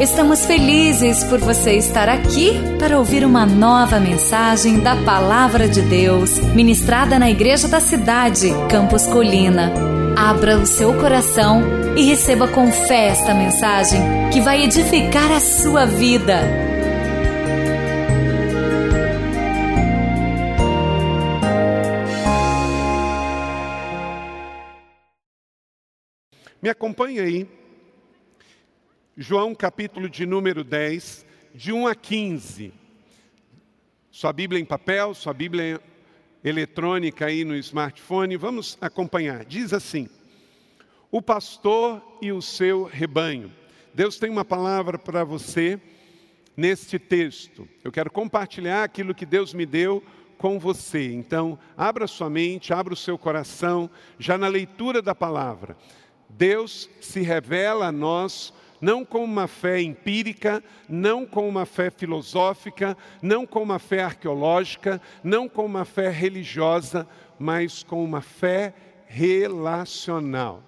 Estamos felizes por você estar aqui para ouvir uma nova mensagem da Palavra de Deus, ministrada na Igreja da Cidade, Campos Colina. Abra o seu coração e receba com fé esta mensagem que vai edificar a sua vida. Me acompanhe aí, João capítulo de número 10, de 1 a 15. Sua Bíblia em papel, sua Bíblia eletrônica aí no smartphone, vamos acompanhar. Diz assim: o pastor e o seu rebanho. Deus tem uma palavra para você neste texto. Eu quero compartilhar aquilo que Deus me deu com você. Então, abra sua mente, abra o seu coração, já na leitura da palavra. Deus se revela a nós não com uma fé empírica, não com uma fé filosófica, não com uma fé arqueológica, não com uma fé religiosa, mas com uma fé relacional.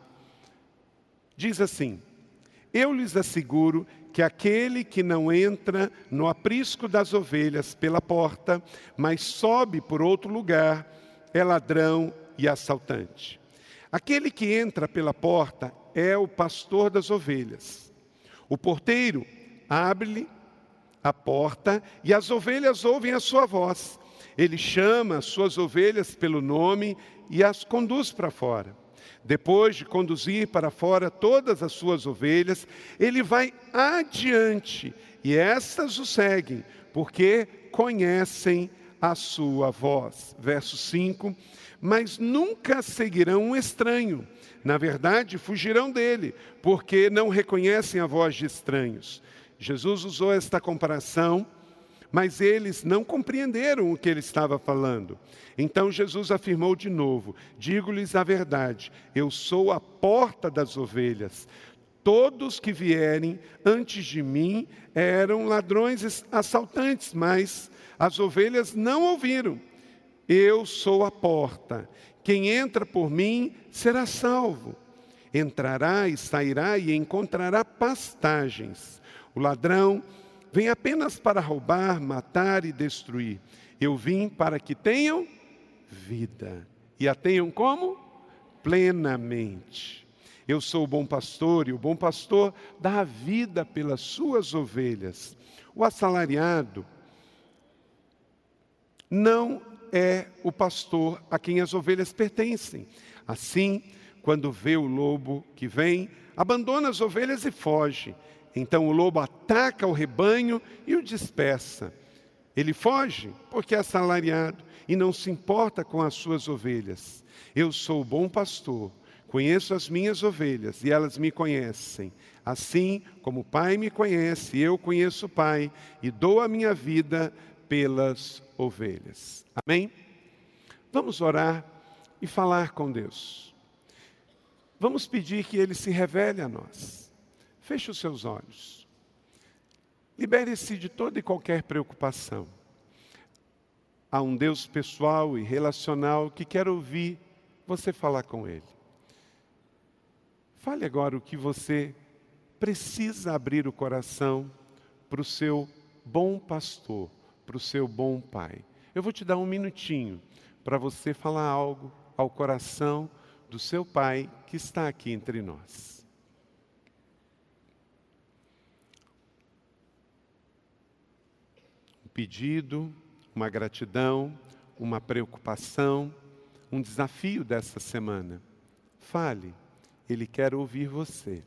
Diz assim: eu lhes asseguro que aquele que não entra no aprisco das ovelhas pela porta, mas sobe por outro lugar, é ladrão e assaltante. Aquele que entra pela porta é o pastor das ovelhas. O porteiro abre-lhe a porta e as ovelhas ouvem a sua voz. Ele chama as suas ovelhas pelo nome e as conduz para fora. Depois de conduzir para fora todas as suas ovelhas, ele vai adiante e estas o seguem, porque conhecem a sua voz. Verso 5: mas nunca seguirão um estranho. Na verdade, fugirão dele, porque não reconhecem a voz de estranhos. Jesus usou esta comparação, mas eles não compreenderam o que ele estava falando. Então Jesus afirmou de novo: digo-lhes a verdade, eu sou a porta das ovelhas. Todos que vierem antes de mim eram ladrões assaltantes, mas as ovelhas não ouviram. Eu sou a porta. Quem entra por mim será salvo. Entrará e sairá e encontrará pastagens. O ladrão vem apenas para roubar, matar e destruir. Eu vim para que tenham vida. E a tenham como? Plenamente. Eu sou o bom pastor e o bom pastor dá a vida pelas suas ovelhas. O assalariado não é o pastor a quem as ovelhas pertencem. Assim, quando vê o lobo que vem, abandona as ovelhas e foge. Então o lobo ataca o rebanho e o dispersa. Ele foge porque é assalariado e não se importa com as suas ovelhas. Eu sou o bom pastor, conheço as minhas ovelhas e elas me conhecem. Assim como o Pai me conhece, eu conheço o Pai e dou a minha vida pelas ovelhas. Amém? Vamos orar e falar com Deus. Vamos pedir que Ele se revele a nós. Feche os seus olhos. Libere-se de toda e qualquer preocupação. Há um Deus pessoal e relacional que quer ouvir você falar com Ele. Fale agora o que você precisa abrir o coração para o seu bom pastor, para o seu bom Pai. Eu vou te dar um minutinho para você falar algo ao coração do seu Pai que está aqui entre nós. Um pedido, uma gratidão, uma preocupação, um desafio dessa semana. Fale, Ele quer ouvir você.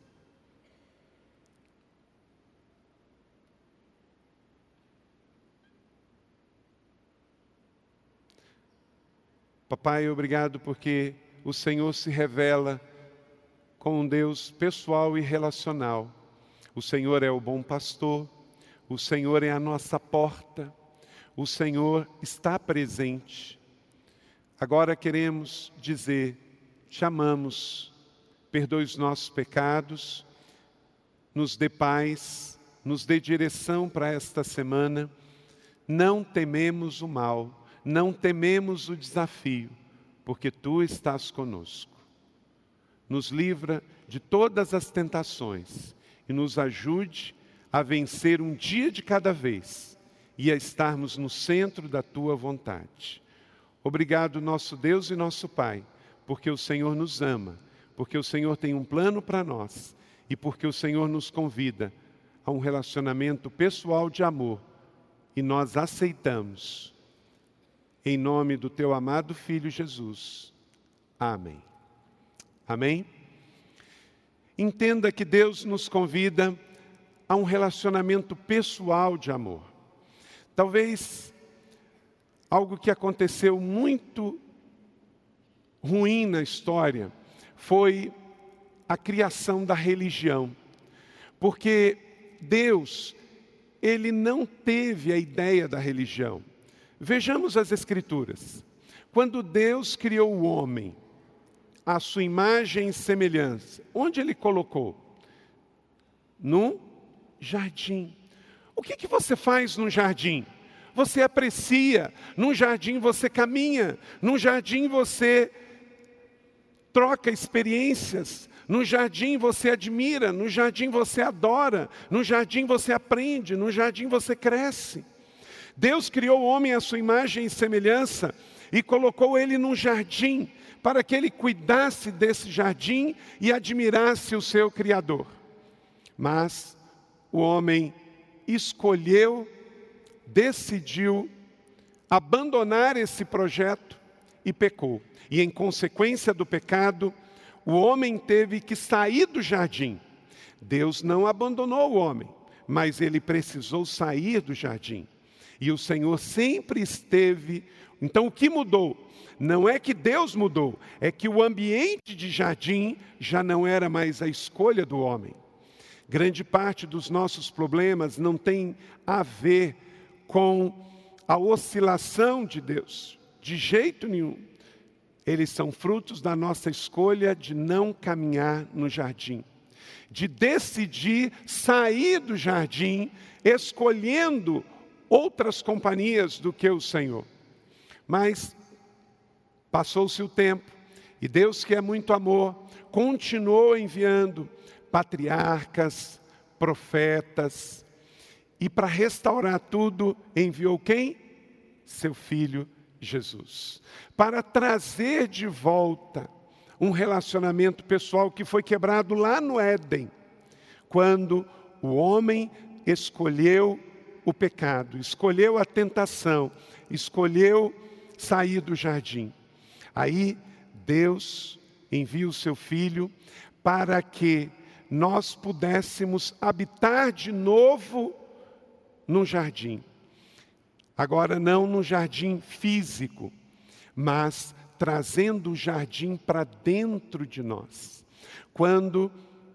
Papai, obrigado porque o Senhor se revela com um Deus pessoal e relacional. O Senhor é o bom pastor, o Senhor é a nossa porta, o Senhor está presente. Agora queremos dizer: te amamos, perdoe os nossos pecados, nos dê paz, nos dê direção para esta semana. Não tememos o mal. Não tememos o desafio, porque Tu estás conosco. Nos livra de todas as tentações e nos ajude a vencer um dia de cada vez e a estarmos no centro da Tua vontade. Obrigado, nosso Deus e nosso Pai, porque o Senhor nos ama, porque o Senhor tem um plano para nós e porque o Senhor nos convida a um relacionamento pessoal de amor e nós aceitamos. Em nome do Teu amado Filho Jesus. Amém. Amém? Entenda que Deus nos convida a um relacionamento pessoal de amor. Talvez algo que aconteceu muito ruim na história foi a criação da religião. Porque Deus, Ele não teve a ideia da religião. Vejamos as Escrituras. Quando Deus criou o homem, à sua imagem e semelhança, onde Ele colocou? No jardim. O que você faz no jardim? Você aprecia, no jardim você caminha, no jardim você troca experiências, no jardim você admira, no jardim você adora, no jardim você aprende, no jardim você cresce. Deus criou o homem à sua imagem e semelhança e colocou ele num jardim para que ele cuidasse desse jardim e admirasse o seu Criador. Mas o homem escolheu, decidiu abandonar esse projeto e pecou. E em consequência do pecado, o homem teve que sair do jardim. Deus não abandonou o homem, mas ele precisou sair do jardim. E o Senhor sempre esteve. Então o que mudou? Não é que Deus mudou, é que o ambiente de jardim já não era mais a escolha do homem. Grande parte dos nossos problemas não tem a ver com a oscilação de Deus, de jeito nenhum. Eles são frutos da nossa escolha de não caminhar no jardim, de decidir sair do jardim, escolhendo outras companhias do que o Senhor. Mas passou-se o tempo, e Deus, que é muito amor, continuou enviando patriarcas, profetas, e para restaurar tudo, enviou quem? Seu Filho Jesus. Para trazer de volta um relacionamento pessoal que foi quebrado lá no Éden, quando o homem escolheu o pecado, escolheu a tentação, escolheu sair do jardim. Aí Deus envia o seu Filho para que nós pudéssemos habitar de novo no jardim. Agora não no jardim físico, mas trazendo o jardim para dentro de nós. Quando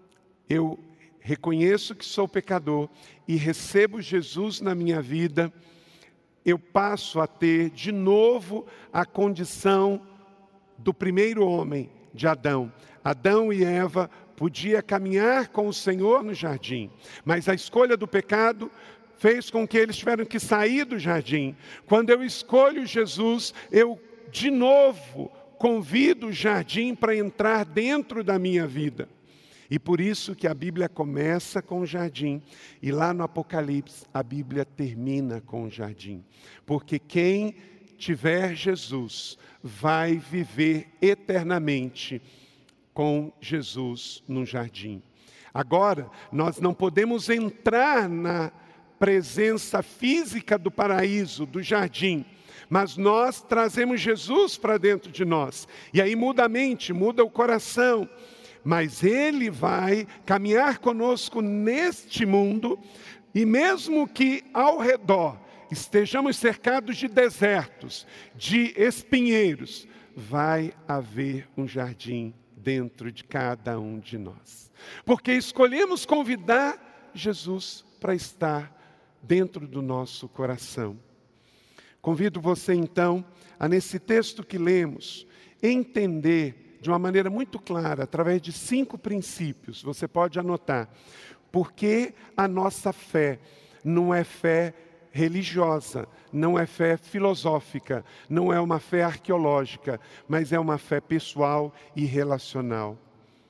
eu reconheço que sou pecador e recebo Jesus na minha vida, eu passo a ter de novo a condição do primeiro homem, de Adão. Adão e Eva podiam caminhar com o Senhor no jardim, mas a escolha do pecado fez com que eles tiveram que sair do jardim. Quando eu escolho Jesus, eu de novo convido o jardim para entrar dentro da minha vida. E por isso que a Bíblia começa com o jardim, e lá no Apocalipse a Bíblia termina com o jardim. Porque quem tiver Jesus vai viver eternamente com Jesus no jardim. Agora, nós não podemos entrar na presença física do paraíso, do jardim, mas nós trazemos Jesus para dentro de nós. E aí muda a mente, muda o coração. Mas Ele vai caminhar conosco neste mundo, e mesmo que ao redor estejamos cercados de desertos, de espinheiros, vai haver um jardim dentro de cada um de nós. Porque escolhemos convidar Jesus para estar dentro do nosso coração. Convido você então a, nesse texto que lemos, entender de uma maneira muito clara, através de 5 princípios, você pode anotar, porque a nossa fé não é fé religiosa, não é fé filosófica, não é uma fé arqueológica, mas é uma fé pessoal e relacional.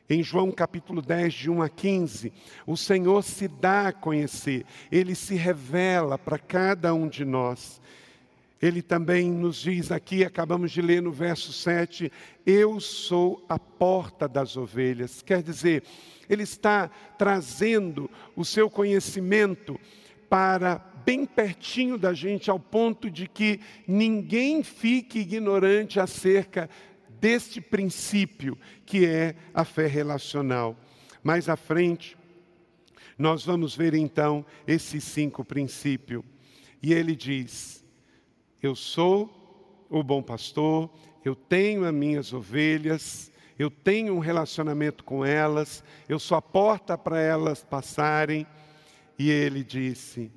Em João capítulo 10, de 1 a 15, o Senhor se dá a conhecer, Ele se revela para cada um de nós. Ele também nos diz aqui, acabamos de ler no verso 7, eu sou a porta das ovelhas. Quer dizer, Ele está trazendo o seu conhecimento para bem pertinho da gente, ao ponto de que ninguém fique ignorante acerca deste princípio, que é a fé relacional. Mais à frente, nós vamos ver então esses 5 princípios. E ele diz, eu sou o bom pastor, eu tenho as minhas ovelhas, eu tenho um relacionamento com elas, eu sou a porta para elas passarem. E ele disse,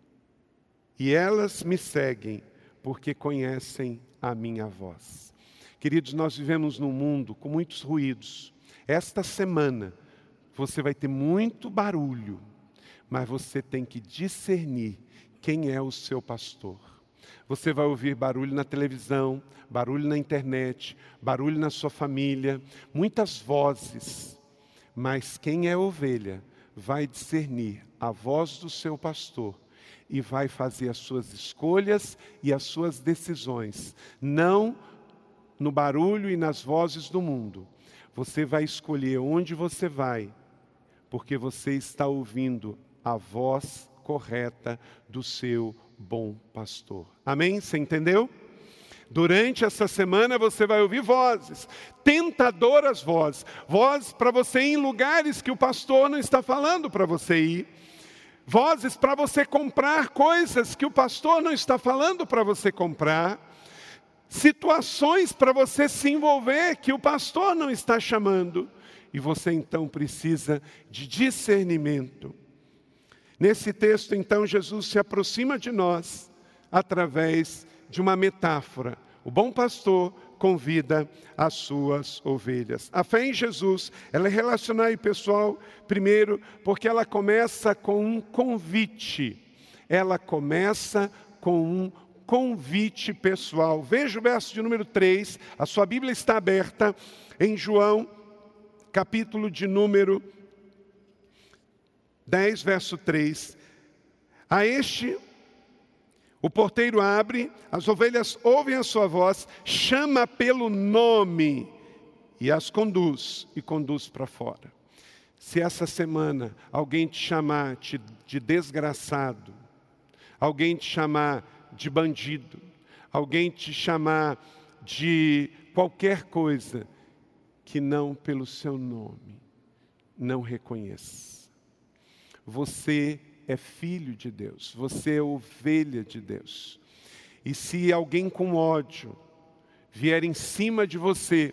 e elas me seguem porque conhecem a minha voz. Queridos, nós vivemos num mundo com muitos ruídos. Esta semana você vai ter muito barulho, mas você tem que discernir quem é o seu pastor. Você vai ouvir barulho na televisão, barulho na internet, barulho na sua família, muitas vozes. Mas quem é ovelha vai discernir a voz do seu pastor e vai fazer as suas escolhas e as suas decisões. Não no barulho e nas vozes do mundo. Você vai escolher onde você vai, porque você está ouvindo a voz correta do seu bom pastor. Amém? Você entendeu? Durante essa semana você vai ouvir vozes, tentadoras vozes, vozes para você ir em lugares que o pastor não está falando para você ir, vozes para você comprar coisas que o pastor não está falando para você comprar, situações para você se envolver que o pastor não está chamando, e você então precisa de discernimento. Nesse texto então Jesus se aproxima de nós através de uma metáfora. O bom pastor convida as suas ovelhas. A fé em Jesus, ela é relacional e pessoal, primeiro, porque ela começa com um convite. Ela começa com um convite pessoal. Veja o verso de número 3, a sua Bíblia está aberta em João, capítulo de número 10, verso 3. A este o porteiro abre, as ovelhas ouvem a sua voz, chama pelo nome e as conduz para fora. Se essa semana alguém te chamar de desgraçado, alguém te chamar de bandido, alguém te chamar de qualquer coisa que não pelo seu nome, não reconheça. Você é filho de Deus, você é ovelha de Deus. E se alguém com ódio vier em cima de você,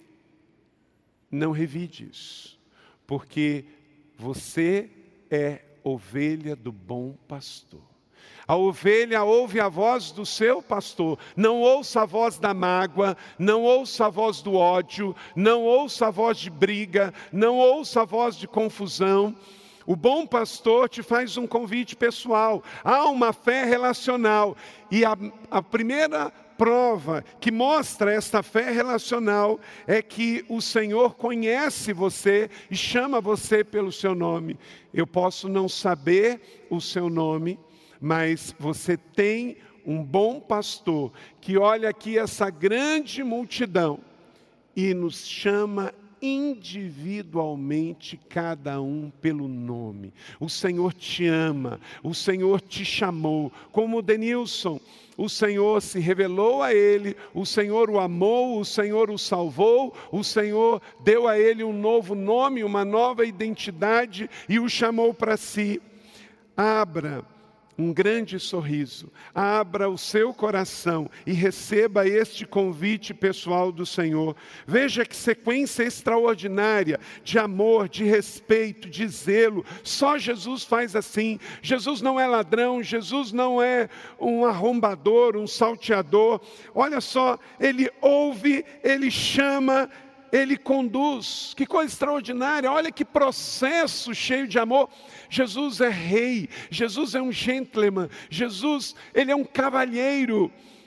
não revide isso, porque você é ovelha do bom pastor. A ovelha ouve a voz do seu pastor, não ouça a voz da mágoa, não ouça a voz do ódio, não ouça a voz de briga, não ouça a voz de confusão. O bom pastor te faz um convite pessoal, há uma fé relacional, e a primeira prova que mostra esta fé relacional é que o Senhor conhece você e chama você pelo seu nome. Eu posso não saber o seu nome, mas você tem um bom pastor que olha aqui essa grande multidão e nos chama individualmente, cada um pelo nome. O Senhor te ama, o Senhor te chamou, como o Denilson, o Senhor se revelou a ele, o Senhor o amou, o Senhor o salvou, o Senhor deu a ele um novo nome, uma nova identidade e o chamou para si. Abra um grande sorriso, abra o seu coração e receba este convite pessoal do Senhor. Veja que sequência extraordinária de amor, de respeito, de zelo. Só Jesus faz assim. Jesus não é ladrão, Jesus não é um arrombador, um salteador. Olha só, Ele ouve, Ele chama, Ele conduz. Que coisa extraordinária, olha que processo cheio de amor. Jesus é rei, Jesus é um gentleman, Jesus, Ele é um cavalheiro.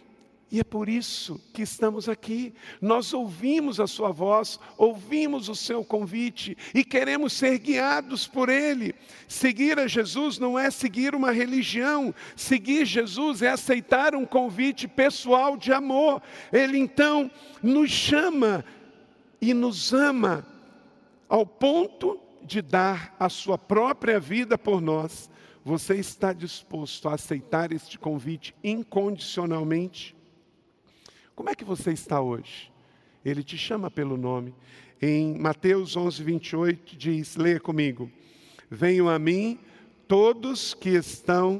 E é por isso que estamos aqui. Nós ouvimos a sua voz, ouvimos o seu convite e queremos ser guiados por Ele. Seguir a Jesus não é seguir uma religião. Seguir Jesus é aceitar um convite pessoal de amor. Ele então nos chama e nos ama ao ponto de dar a sua própria vida por nós. Você está disposto a aceitar este convite incondicionalmente? Como é que você está hoje? Ele te chama pelo nome. Em Mateus 11:28 diz, leia comigo: venham a mim todos que estão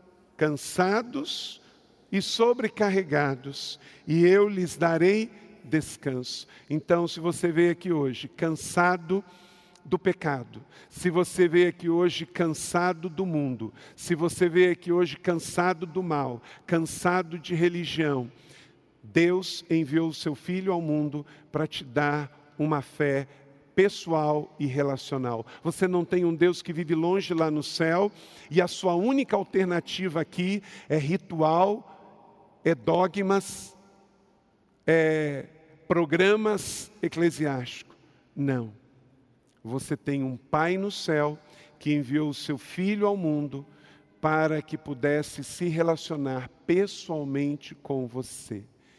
cansados e sobrecarregados, e eu lhes darei descanso. Então, se você veio aqui hoje cansado do pecado, se você veio aqui hoje cansado do mundo, se você veio aqui hoje cansado do mal, cansado de religião, Deus enviou o seu Filho ao mundo para te dar uma fé pessoal e relacional. Você não tem um Deus que vive longe lá no céu e a sua única alternativa aqui é ritual, é dogmas, é programas eclesiásticos. Não. Você tem um Pai no céu que enviou o seu Filho ao mundo para que pudesse se relacionar pessoalmente com você.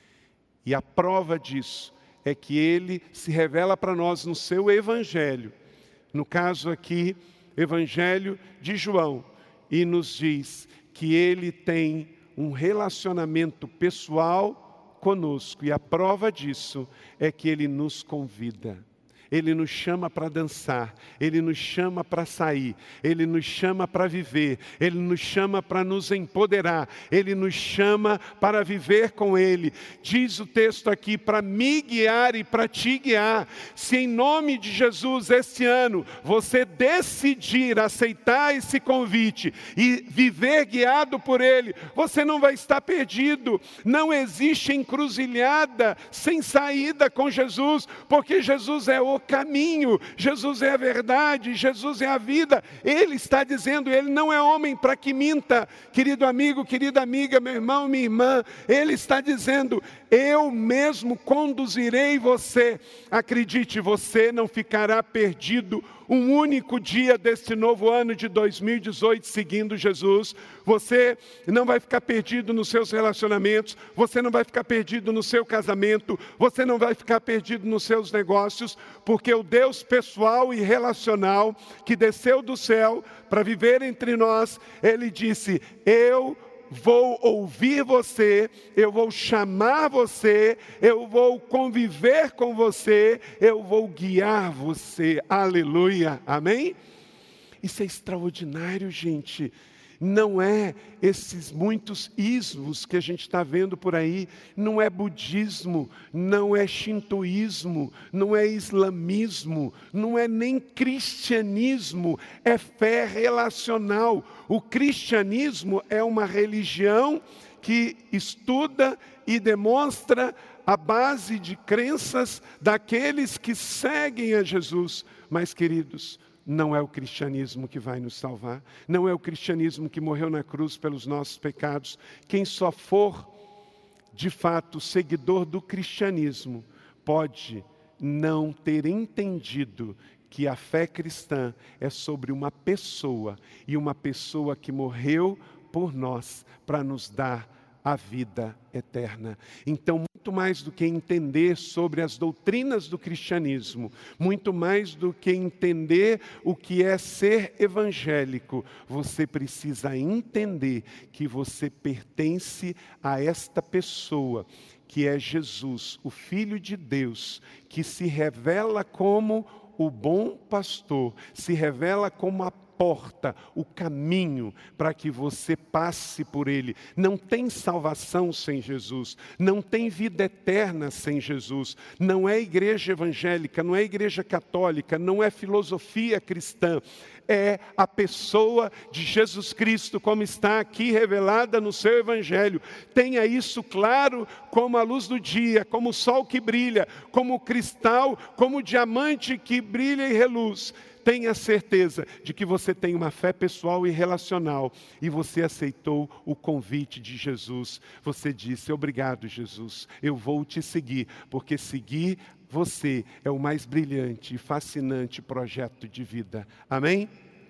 E a prova disso é que Ele se revela para nós no seu Evangelho. No caso aqui, Evangelho de João. E nos diz que Ele tem um relacionamento pessoal conosco. E a prova disso é que Ele nos convida. Ele nos chama para dançar, Ele nos chama para sair, Ele nos chama para viver, Ele nos chama para nos empoderar, Ele nos chama para viver com Ele. Diz o texto aqui, para me guiar e para te guiar. Se em nome de Jesus este ano você decidir aceitar esse convite e viver guiado por Ele, você não vai estar perdido. Não existe encruzilhada sem saída com Jesus, porque Jesus é o caminho, Jesus é a verdade, Jesus é a vida. Ele está dizendo, Ele não é homem para que minta. Querido amigo, querida amiga, meu irmão, minha irmã, Ele está dizendo, eu mesmo conduzirei você. Acredite, você não ficará perdido um único dia deste novo ano de 2018 seguindo Jesus. Você não vai ficar perdido nos seus relacionamentos, você não vai ficar perdido no seu casamento, você não vai ficar perdido nos seus negócios, porque o Deus pessoal e relacional que desceu do céu para viver entre nós, Ele disse, eu vou ouvir você, eu vou chamar você, eu vou conviver com você, eu vou guiar você. Aleluia, amém? Isso é extraordinário, gente. Não é esses muitos ismos que a gente está vendo por aí, não é budismo, não é shintoísmo, não é islamismo, não é nem cristianismo, é fé relacional. O cristianismo é uma religião que estuda e demonstra a base de crenças daqueles que seguem a Jesus. Mas, queridos, não é o cristianismo que vai nos salvar, não é o cristianismo que morreu na cruz pelos nossos pecados. Quem só for, de fato, seguidor do cristianismo, pode não ter entendido que a fé cristã é sobre uma pessoa, e uma pessoa que morreu por nós, para nos dar a vida eterna. Então, muito mais do que entender sobre as doutrinas do cristianismo, muito mais do que entender o que é ser evangélico, você precisa entender que você pertence a esta pessoa, que é Jesus, o Filho de Deus, que se revela como o bom pastor, se revela como a porta, o caminho para que você passe por Ele. Não tem salvação sem Jesus, não tem vida eterna sem Jesus. Não é igreja evangélica, não é igreja católica, não é filosofia cristã. É a pessoa de Jesus Cristo, como está aqui revelada no seu Evangelho. Tenha isso claro como a luz do dia, como o sol que brilha, como o cristal, como o diamante que brilha e reluz. tenha certeza de que você tem uma fé pessoal e relacional e você aceitou o convite de Jesus. Você disse: obrigado, Jesus, eu vou te seguir, porque seguir você é o mais brilhante e fascinante projeto de vida. Amém?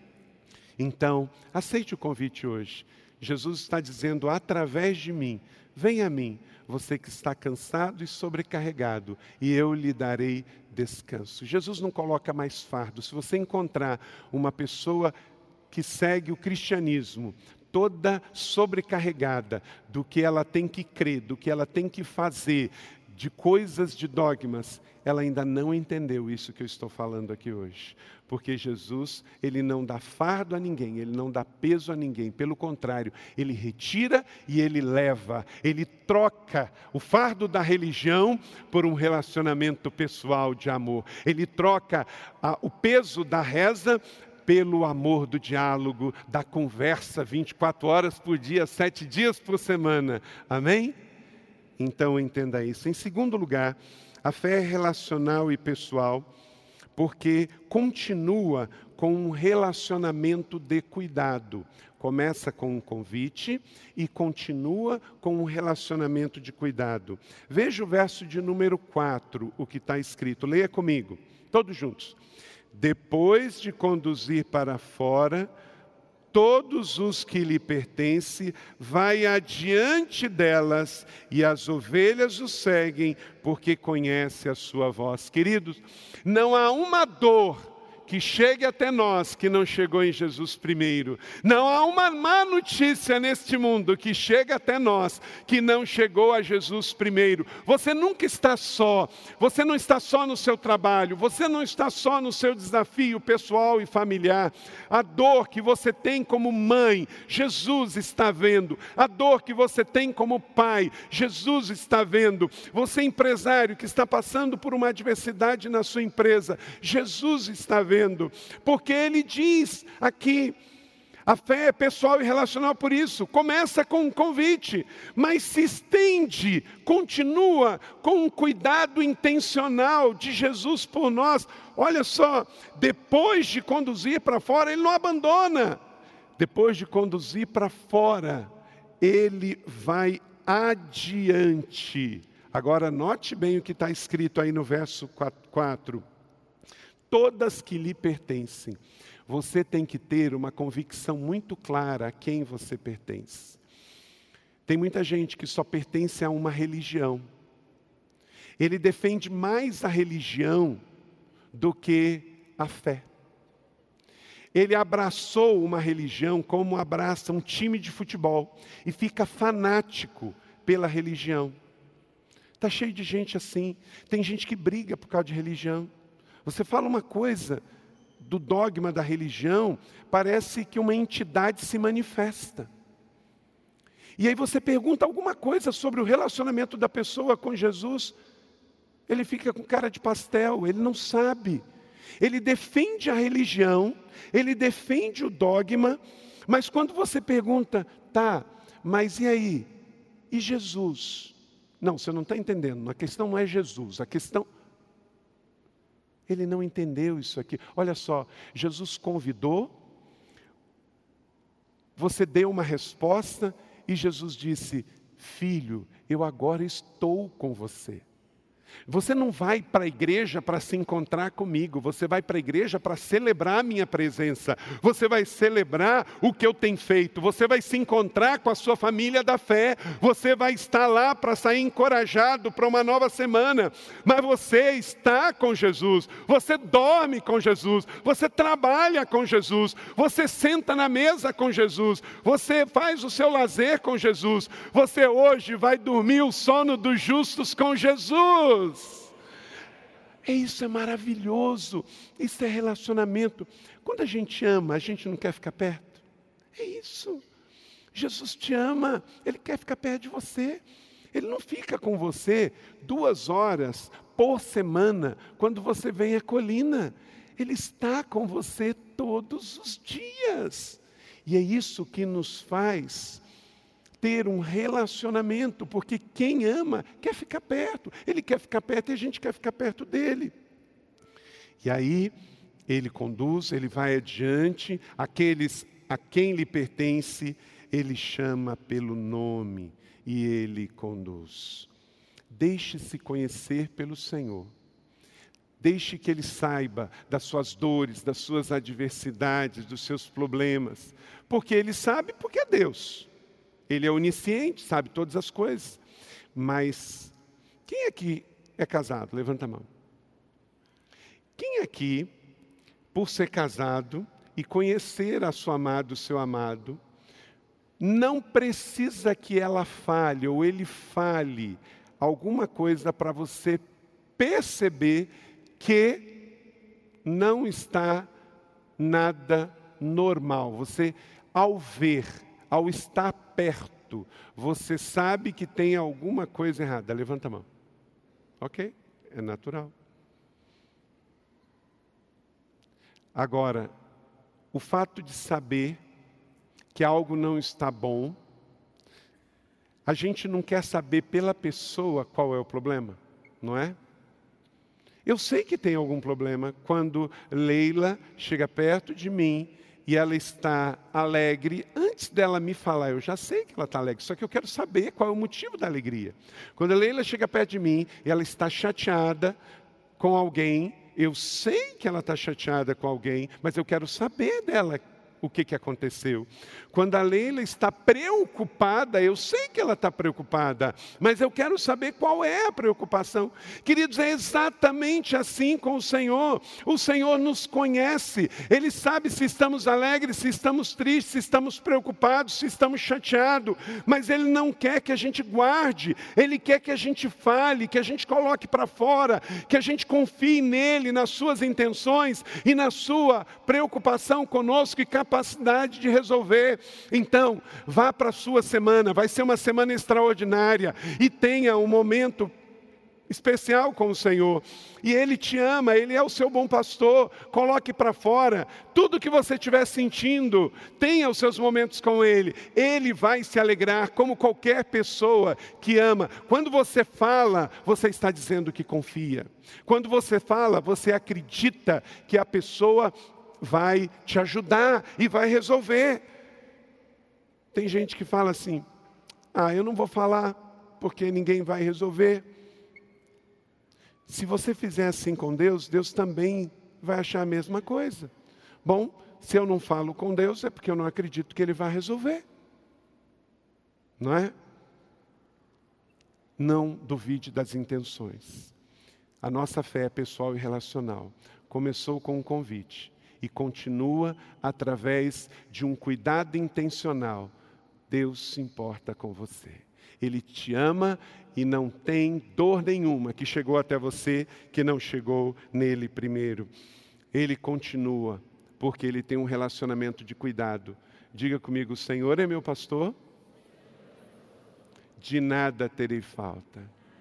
Então, aceite o convite hoje. Jesus está dizendo através de mim: venha a mim, você que está cansado e sobrecarregado, e eu lhe darei descanso. Jesus não coloca mais fardo. Se você encontrar uma pessoa que segue o cristianismo, toda sobrecarregada do que ela tem que crer, do que ela tem que fazer, de coisas, de dogmas, ela ainda não entendeu isso que eu estou falando aqui hoje. Porque Jesus, Ele não dá fardo a ninguém, Ele não dá peso a ninguém. Pelo contrário, Ele retira e Ele leva. Ele troca o fardo da religião por um relacionamento pessoal de amor. Ele troca o peso da reza pelo amor do diálogo, da conversa 24 horas por dia, 7 dias por semana. Amém? Então entenda isso. Em segundo lugar, a fé é relacional e pessoal, porque continua com um relacionamento de cuidado. Começa com um convite e continua com um relacionamento de cuidado. Veja o verso de número 4, o que está escrito. Leia comigo, todos juntos. Depois de conduzir para fora todos os que lhe pertencem, vai adiante delas, e as ovelhas o seguem, porque conhece a sua voz. Queridos, não há uma dor que chegue até nós que não chegou em Jesus primeiro. Não há uma má notícia neste mundo que chegue até nós que não chegou a Jesus primeiro. Você nunca está só. Você não está só no seu trabalho. Você não está só no seu desafio pessoal e familiar. A dor que você tem como mãe, Jesus está vendo. A dor que você tem como pai, Jesus está vendo. Você empresário que está passando por uma adversidade na sua empresa, Jesus está vendo. Porque ele diz aqui, a fé é pessoal e relacional, por isso, começa com um convite, mas se estende, continua com um cuidado intencional de Jesus por nós. Olha só, depois de conduzir para fora, ele não abandona. Depois de conduzir para fora, ele vai adiante. Agora note bem o que está escrito aí no verso 4. Todas que lhe pertencem. Você tem que ter uma convicção muito clara a quem você pertence. Tem muita gente que só pertence a uma religião. Ele defende mais a religião do que a fé. Ele abraçou uma religião como abraça um time de futebol e fica fanático pela religião. Está cheio de gente assim. Tem gente que briga por causa de religião. Você fala uma coisa do dogma da religião, parece que uma entidade se manifesta. E aí você pergunta alguma coisa sobre o relacionamento da pessoa com Jesus, ele fica com cara de pastel, ele não sabe. Ele defende a religião, ele defende o dogma, mas quando você pergunta, tá, mas e aí? E Jesus? Não, você não está entendendo, a questão não é Jesus, a questão... Ele não entendeu isso aqui. Olha só, Jesus convidou, você deu uma resposta e Jesus disse, filho, eu agora estou com você. Você não vai para a igreja para se encontrar comigo, você vai para a igreja para celebrar a minha presença, você vai celebrar o que eu tenho feito, você vai se encontrar com a sua família da fé, você vai estar lá para sair encorajado para uma nova semana, mas você está com Jesus, você dorme com Jesus, você trabalha com Jesus, você senta na mesa com Jesus, você faz o seu lazer com Jesus, você hoje vai dormir o sono dos justos com Jesus. Isso é maravilhoso, isso é relacionamento. Quando a gente ama, a gente não quer ficar perto. É isso. Jesus te ama, Ele quer ficar perto de você. Ele não fica com você 2 horas por semana, quando você vem à colina. Ele está com você todos os dias. E é isso que nos faz ter um relacionamento, porque quem ama quer ficar perto. Ele quer ficar perto e a gente quer ficar perto dele. E aí, Ele conduz, Ele vai adiante, aqueles a quem lhe pertence, Ele chama pelo nome e Ele conduz. Deixe-se conhecer pelo Senhor. Deixe que Ele saiba das suas dores, das suas adversidades, dos seus problemas. Porque Ele sabe, porque é Deus. Ele é onisciente, sabe todas as coisas. Mas quem aqui é casado? Levanta a mão. Quem aqui, por ser casado e conhecer a sua amada, o seu amado, não precisa que ela fale ou ele fale alguma coisa para você perceber que não está nada normal? Você, ao ver, ao estar perto, você sabe que tem alguma coisa errada. Levanta a mão. Ok? É natural. Agora, o fato de saber que algo não está bom, a gente não quer saber pela pessoa qual é o problema, não é? Eu sei que tem algum problema quando Leila chega perto de mim e ela está alegre. Antes dela me falar, eu já sei que ela está alegre, só que eu quero saber qual é o motivo da alegria. Quando a Leila chega perto de mim e ela está chateada com alguém, eu sei que ela está chateada com alguém, mas eu quero saber dela o que aconteceu. Quando a Leila está preocupada, eu sei que ela está preocupada, mas eu quero saber qual é a preocupação. Queridos, é exatamente assim com o Senhor. O Senhor nos conhece, Ele sabe se estamos alegres, se estamos tristes, se estamos preocupados, se estamos chateados, mas Ele não quer que a gente guarde, Ele quer que a gente fale, que a gente coloque para fora, que a gente confie nele, nas suas intenções e na sua preocupação conosco e capacidade de resolver. Então, vá para a sua semana, vai ser uma semana extraordinária e tenha um momento especial com o Senhor. E Ele te ama, Ele é o seu bom pastor. Coloque para fora tudo que você estiver sentindo, tenha os seus momentos com Ele. Ele vai se alegrar como qualquer pessoa que ama. Quando você fala, você está dizendo que confia. Quando você fala, você acredita que a pessoa vai te ajudar e vai resolver. Tem gente que fala assim: eu não vou falar porque ninguém vai resolver. Se você fizer assim com Deus, Deus também vai achar a mesma coisa. Bom, se eu não falo com Deus é porque eu não acredito que Ele vai resolver. Não é? Não duvide das intenções. A nossa fé é pessoal e relacional. Começou com um convite e continua através de um cuidado intencional. Deus se importa com você. Ele te ama e não tem dor nenhuma que chegou até você que não chegou nele primeiro. Ele continua porque Ele tem um relacionamento de cuidado. Diga comigo: o Senhor é meu pastor, de nada terei falta.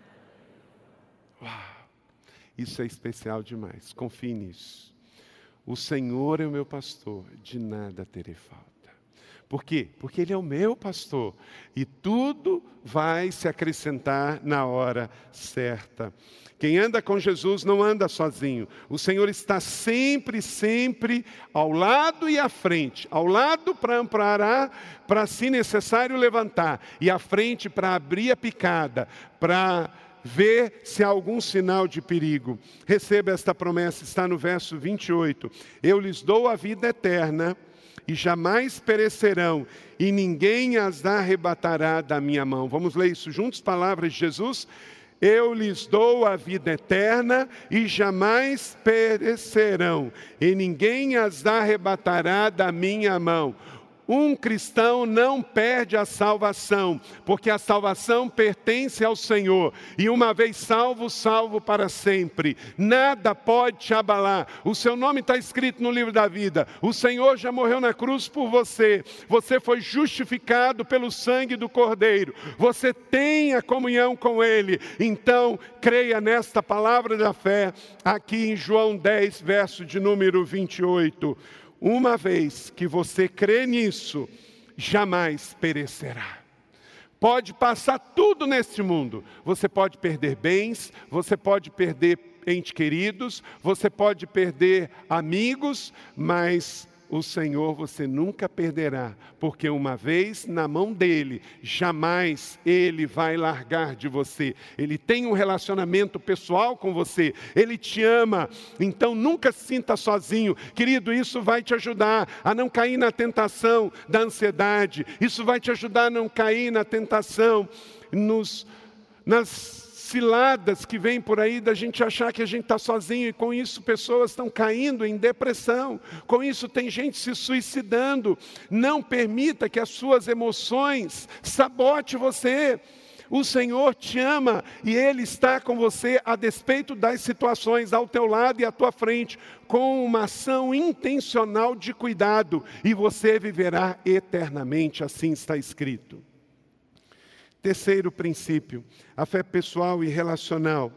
Uau! Isso é especial demais, confie nisso. O Senhor é o meu pastor, de nada terei falta. Por quê? Porque Ele é o meu pastor. E tudo vai se acrescentar na hora certa. Quem anda com Jesus não anda sozinho. O Senhor está sempre, sempre ao lado e à frente. Ao lado para amparar, para se necessário levantar. E à frente para abrir a picada, para ver se há algum sinal de perigo. Receba esta promessa, está no verso 28. Eu lhes dou a vida eterna e jamais perecerão, e ninguém as arrebatará da minha mão. Vamos ler isso juntos, palavras de Jesus. Eu lhes dou a vida eterna e jamais perecerão, e ninguém as arrebatará da minha mão. Um cristão não perde a salvação, porque a salvação pertence ao Senhor. E uma vez salvo, salvo para sempre. Nada pode te abalar. O seu nome está escrito no livro da vida. O Senhor já morreu na cruz por você. Você foi justificado pelo sangue do Cordeiro. Você tem a comunhão com Ele. Então, creia nesta palavra da fé, aqui em João 10, verso de número 28. Uma vez que você crê nisso, jamais perecerá. Pode passar tudo neste mundo. Você pode perder bens, você pode perder entes queridos, você pode perder amigos, mas o Senhor você nunca perderá, porque uma vez na mão dele, jamais ele vai largar de você. Ele tem um relacionamento pessoal com você, ele te ama, então nunca se sinta sozinho. Querido, isso vai te ajudar a não cair na tentação da ansiedade, isso vai te ajudar a não cair na tentação, nas ciladas que vêm por aí da gente achar que a gente está sozinho, e com isso pessoas estão caindo em depressão, com isso tem gente se suicidando. Não permita que as suas emoções sabotem você. O Senhor te ama e Ele está com você a despeito das situações ao teu lado e à tua frente, com uma ação intencional de cuidado, e você viverá eternamente, assim está escrito. Terceiro princípio, a fé pessoal e relacional,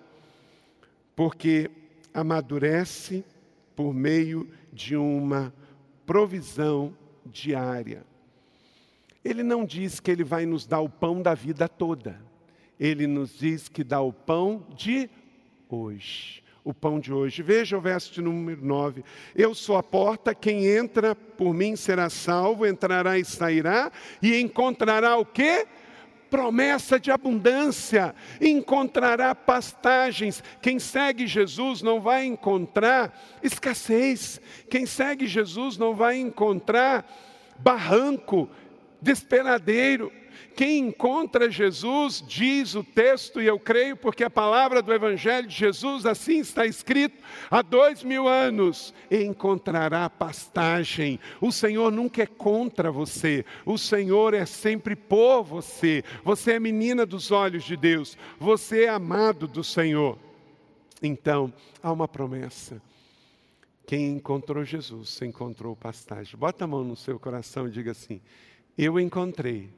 porque amadurece por meio de uma provisão diária. Ele não diz que Ele vai nos dar o pão da vida toda. Ele nos diz que dá o pão de hoje. O pão de hoje. Veja o verso de número 9. Eu sou a porta, quem entra por mim será salvo, entrará e sairá, e encontrará o quê? Promessa de abundância, encontrará pastagens. Quem segue Jesus não vai encontrar escassez. Quem segue Jesus não vai encontrar barranco, despenadeiro. Quem encontra Jesus, diz o texto, e eu creio porque a palavra do Evangelho de Jesus assim está escrito, há 2000 anos, encontrará pastagem. O Senhor nunca é contra você, o Senhor é sempre por você. Você é menina dos olhos de Deus, você é amado do Senhor. Então, há uma promessa. Quem encontrou Jesus, encontrou pastagem. Bota a mão no seu coração e diga assim: eu encontrei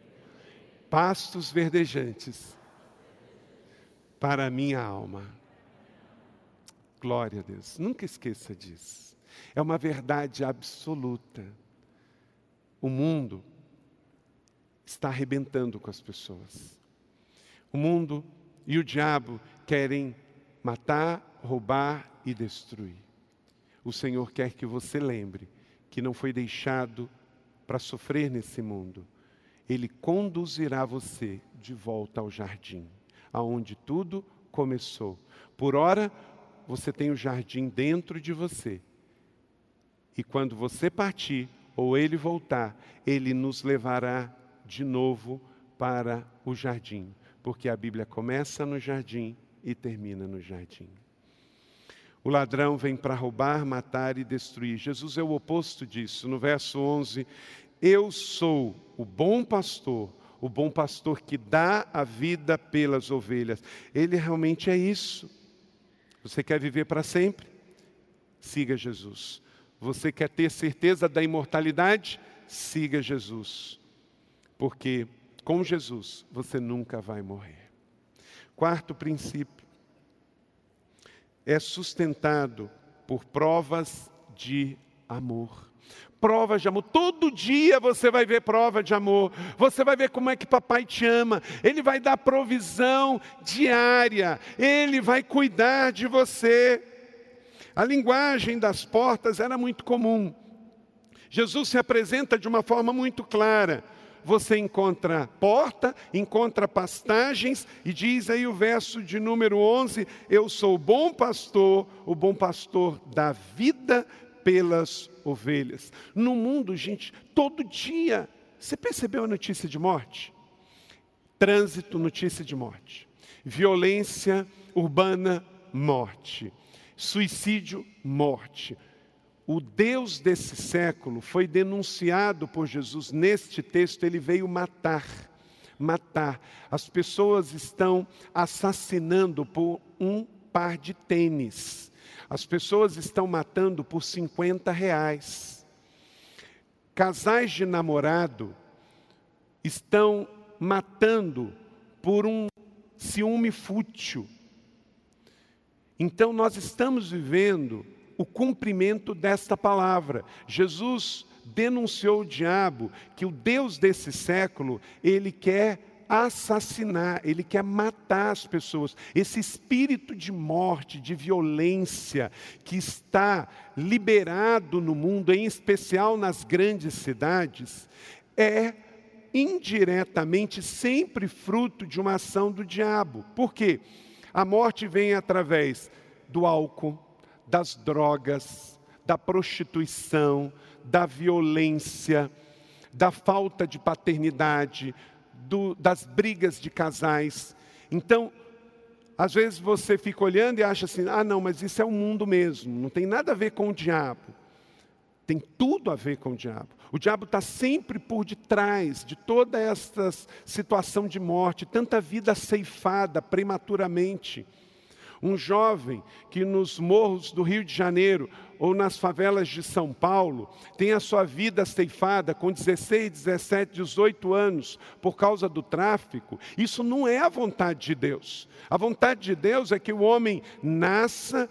pastos verdejantes para a minha alma. Glória a Deus. Nunca esqueça disso. É uma verdade absoluta. O mundo está arrebentando com as pessoas. O mundo e o diabo querem matar, roubar e destruir. O Senhor quer que você lembre que não foi deixado para sofrer nesse mundo. Ele conduzirá você de volta ao jardim, aonde tudo começou. Por ora, você tem o jardim dentro de você. E quando você partir, ou ele voltar, ele nos levará de novo para o jardim. Porque a Bíblia começa no jardim e termina no jardim. O ladrão vem para roubar, matar e destruir. Jesus é o oposto disso. No verso 11, eu sou o bom pastor que dá a vida pelas ovelhas. Ele realmente é isso. Você quer viver para sempre? Siga Jesus. Você quer ter certeza da imortalidade? Siga Jesus. Porque com Jesus você nunca vai morrer. Quarto princípio. É sustentado por provas de amor. Provas de amor. Todo dia você vai ver prova de amor. Você vai ver como é que papai te ama. Ele vai dar provisão diária. Ele vai cuidar de você. A linguagem das portas era muito comum. Jesus se apresenta de uma forma muito clara. Você encontra porta, encontra pastagens, e diz aí o verso de número 11, eu sou o bom pastor da vida pelas ovelhas. No mundo, gente, todo dia, você percebeu a notícia de morte? Trânsito, notícia de morte. Violência urbana, morte. Suicídio, morte. O Deus desse século foi denunciado por Jesus neste texto, ele veio matar. As pessoas estão assassinando por um par de tênis. As pessoas estão matando por R$50. Casais de namorado estão matando por um ciúme fútil. Então nós estamos vivendo o cumprimento desta palavra. Jesus denunciou o diabo, que o Deus desse século, ele quer assassinar, ele quer matar as pessoas. Esse espírito de morte, de violência, que está liberado no mundo, em especial nas grandes cidades, é indiretamente sempre fruto de uma ação do diabo. Por quê? A morte vem através do álcool, das drogas, da prostituição, da violência, da falta de paternidade, das brigas de casais. Então, às vezes você fica olhando e acha assim, não, mas isso é o mundo mesmo, não tem nada a ver com o diabo. Tem tudo a ver com o diabo. O diabo está sempre por detrás de toda essa situação de morte, tanta vida ceifada prematuramente. Um jovem que nos morros do Rio de Janeiro ou nas favelas de São Paulo tem a sua vida ceifada com 16, 17, 18 anos por causa do tráfico, isso não é a vontade de Deus. A vontade de Deus é que o homem nasça,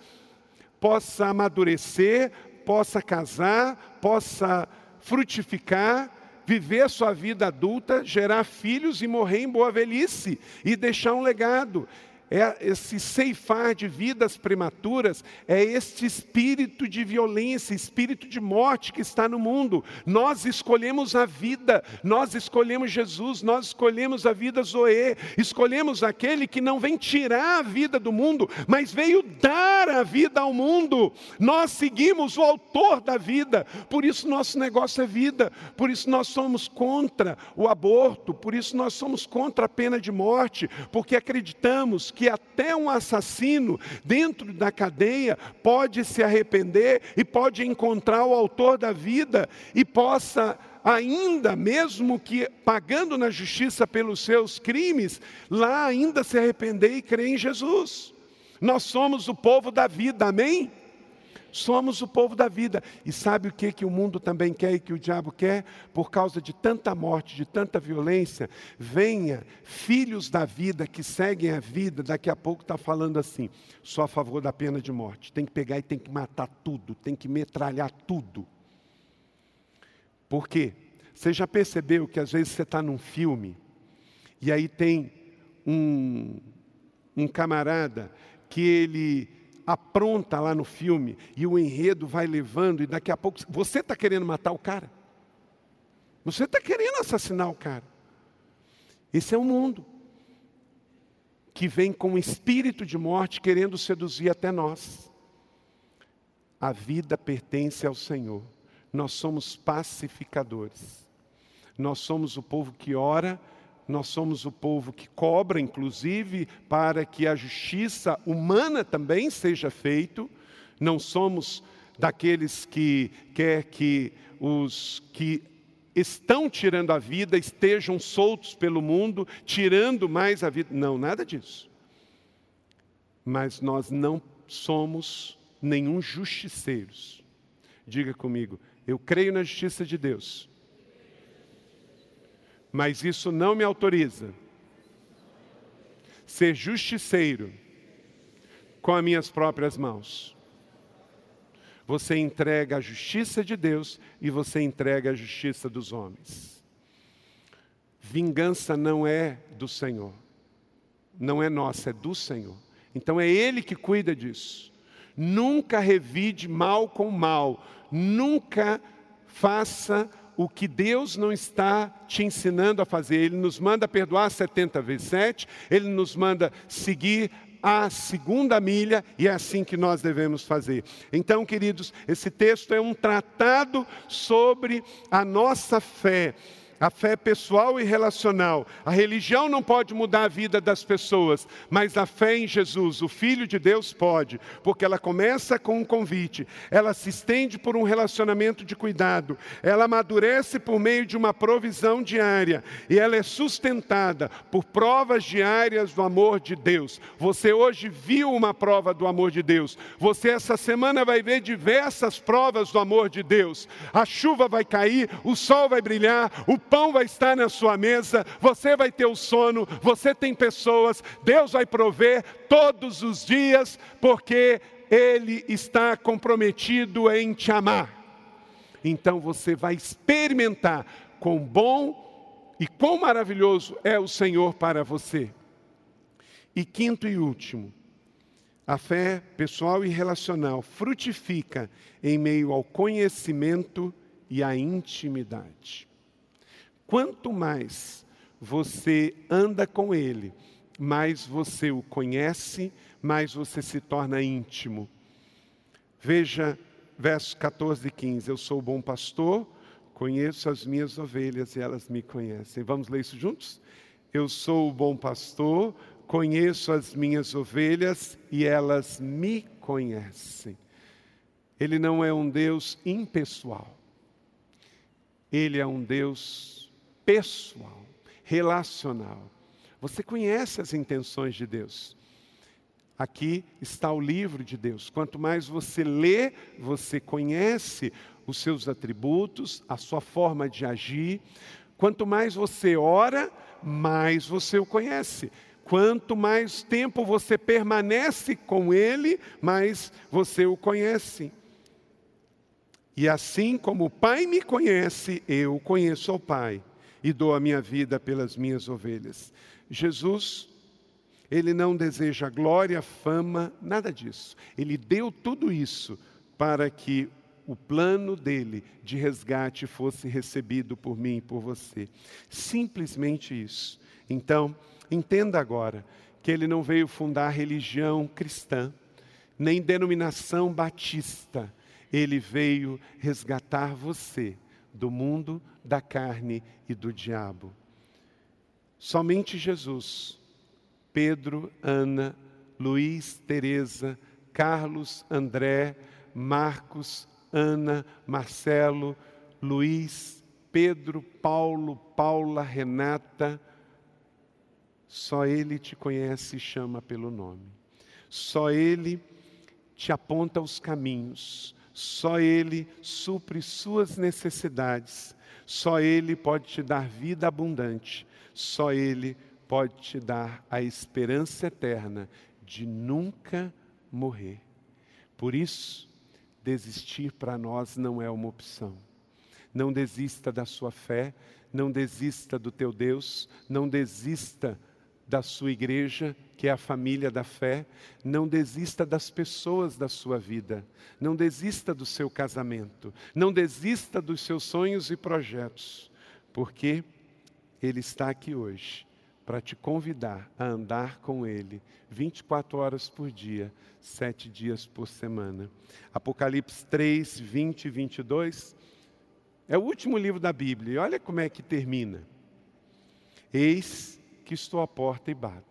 possa amadurecer, possa casar, possa frutificar, viver a sua vida adulta, gerar filhos e morrer em boa velhice e deixar um legado. Esse ceifar de vidas prematuras é este espírito de violência, espírito de morte que está no mundo. Nós escolhemos a vida, nós escolhemos Jesus, nós escolhemos a vida Zoe, escolhemos aquele que não vem tirar a vida do mundo, mas veio dar a vida ao mundo. Nós seguimos o autor da vida, por isso nosso negócio é vida, por isso nós somos contra o aborto, por isso nós somos contra a pena de morte, porque acreditamos que até um assassino dentro da cadeia pode se arrepender e pode encontrar o autor da vida e possa ainda, mesmo que pagando na justiça pelos seus crimes, lá ainda se arrepender e crer em Jesus. Nós somos o povo da vida, amém? Somos o povo da vida. E sabe o que o mundo também quer e que o diabo quer? Por causa de tanta morte, de tanta violência, venha filhos da vida que seguem a vida, daqui a pouco está falando assim, sou a favor da pena de morte. Tem que pegar e tem que matar tudo, tem que metralhar tudo. Por quê? Você já percebeu que às vezes você está num filme e aí tem um camarada que ele apronta lá no filme e o enredo vai levando e daqui a pouco você está querendo matar o cara, você está querendo assassinar o cara. Esse é o mundo que vem com um espírito de morte querendo seduzir até nós. A vida pertence ao Senhor, nós somos pacificadores, nós somos o povo que ora, nós somos o povo que cobra, inclusive, para que a justiça humana também seja feita. Não somos daqueles que quer que os que estão tirando a vida estejam soltos pelo mundo, tirando mais a vida. Não, nada disso. Mas nós não somos nenhum justiceiros. Diga comigo, eu creio na justiça de Deus. Mas isso não me autoriza ser justiceiro com as minhas próprias mãos. Você entrega a justiça de Deus e você entrega a justiça dos homens. Vingança não é do Senhor, não é nossa, é do Senhor. Então é Ele que cuida disso. Nunca revide mal com mal, nunca faça o que Deus não está te ensinando a fazer. Ele nos manda perdoar 70 vezes 7, Ele nos manda seguir a segunda milha, e é assim que nós devemos fazer. Então, queridos, esse texto é um tratado sobre a nossa fé. A fé pessoal e relacional. A religião não pode mudar a vida das pessoas, mas a fé em Jesus, o Filho de Deus, pode. Porque ela começa com um convite, ela se estende por um relacionamento de cuidado, ela amadurece por meio de uma provisão diária, e ela é sustentada por provas diárias do amor de Deus. Você hoje viu uma prova do amor de Deus. Você essa semana vai ver diversas provas do amor de Deus. A chuva vai cair, o sol vai brilhar, o pão vai estar na sua mesa, você vai ter o sono, você tem pessoas, Deus vai prover todos os dias, porque Ele está comprometido em te amar. Então você vai experimentar quão bom e quão maravilhoso é o Senhor para você. E quinto e último, a fé pessoal e relacional frutifica em meio ao conhecimento e à intimidade. Quanto mais você anda com Ele, mais você o conhece, mais você se torna íntimo. Veja versos 14 e 15. Eu sou o bom pastor, conheço as minhas ovelhas e elas me conhecem. Vamos ler isso juntos? Eu sou o bom pastor, conheço as minhas ovelhas e elas me conhecem. Ele não é um Deus impessoal. Ele é um Deus pessoal, relacional. Você conhece as intenções de Deus. Aqui está o livro de Deus. Quanto mais você lê, você conhece os seus atributos, a sua forma de agir. Quanto mais você ora, mais você o conhece. Quanto mais tempo você permanece com Ele, mais você o conhece. E assim como o Pai me conhece, eu conheço ao Pai e dou a minha vida pelas minhas ovelhas. Jesus, Ele não deseja glória, fama, nada disso. Ele deu tudo isso para que o plano dele de resgate fosse recebido por mim e por você. Simplesmente isso. Então, entenda agora que Ele não veio fundar religião cristã, nem denominação batista. Ele veio resgatar você do mundo, da carne e do diabo. Somente Jesus, Pedro, Ana, Luiz, Teresa, Carlos, André, Marcos, Ana, Marcelo, Luiz, Pedro, Paulo, Paula, Renata, só Ele te conhece e chama pelo nome. Só Ele te aponta os caminhos. Só Ele supre suas necessidades. Só Ele pode te dar vida abundante. Só Ele pode te dar a esperança eterna de nunca morrer. Por isso, desistir para nós não é uma opção. Não desista da sua fé, não desista do teu Deus, não desista da sua igreja, que é a família da fé. Não desista das pessoas da sua vida. Não desista do seu casamento. Não desista dos seus sonhos e projetos. Porque Ele está aqui hoje para te convidar a andar com Ele 24 horas por dia, 7 dias por semana. Apocalipse 3, 20 e 22 é o último livro da Bíblia. E olha como é que termina. Eis que estou à porta e bato.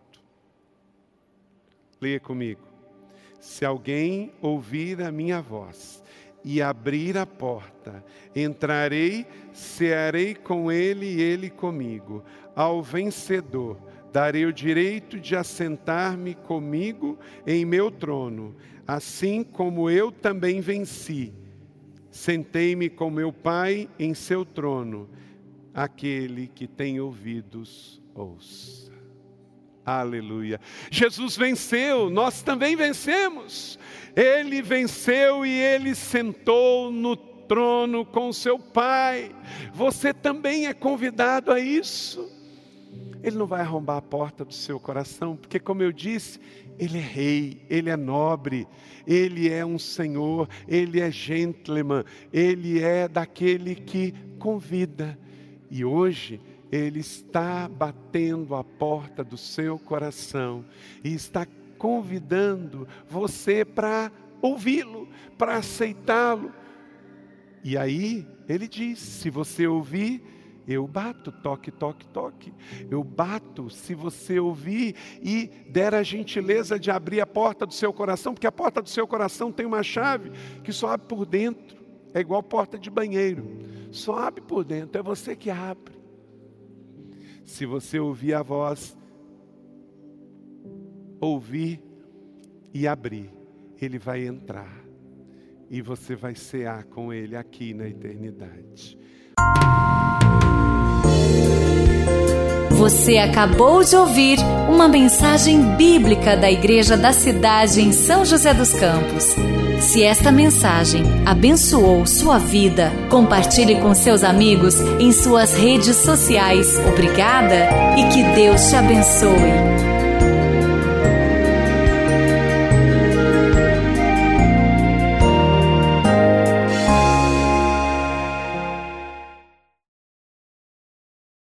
Leia comigo. Se alguém ouvir a minha voz e abrir a porta, entrarei, cearei com ele e ele comigo. Ao vencedor darei o direito de assentar-me comigo em meu trono, assim como eu também venci. Sentei-me com meu Pai em seu trono. Aquele que tem ouvidos, ouça. Aleluia. Jesus venceu, nós também vencemos. Ele venceu e Ele sentou no trono com seu Pai. Você também é convidado a isso. Ele não vai arrombar a porta do seu coração, porque como eu disse, Ele é rei, Ele é nobre, Ele é um Senhor, Ele é gentleman, Ele é daquele que convida. E hoje Ele está batendo a porta do seu coração e está convidando você para ouvi-lo, para aceitá-lo. E aí Ele diz, se você ouvir, eu bato, toque, toque, toque. Eu bato se você ouvir e der a gentileza de abrir a porta do seu coração, porque a porta do seu coração tem uma chave que só abre por dentro. É igual porta de banheiro, só abre por dentro, é você que abre. Se você ouvir a voz, ouvir e abrir, Ele vai entrar e você vai cear com Ele aqui na eternidade. Você acabou de ouvir uma mensagem bíblica da Igreja da Cidade em São José dos Campos. Se esta mensagem abençoou sua vida, compartilhe com seus amigos em suas redes sociais. Obrigada e que Deus te abençoe.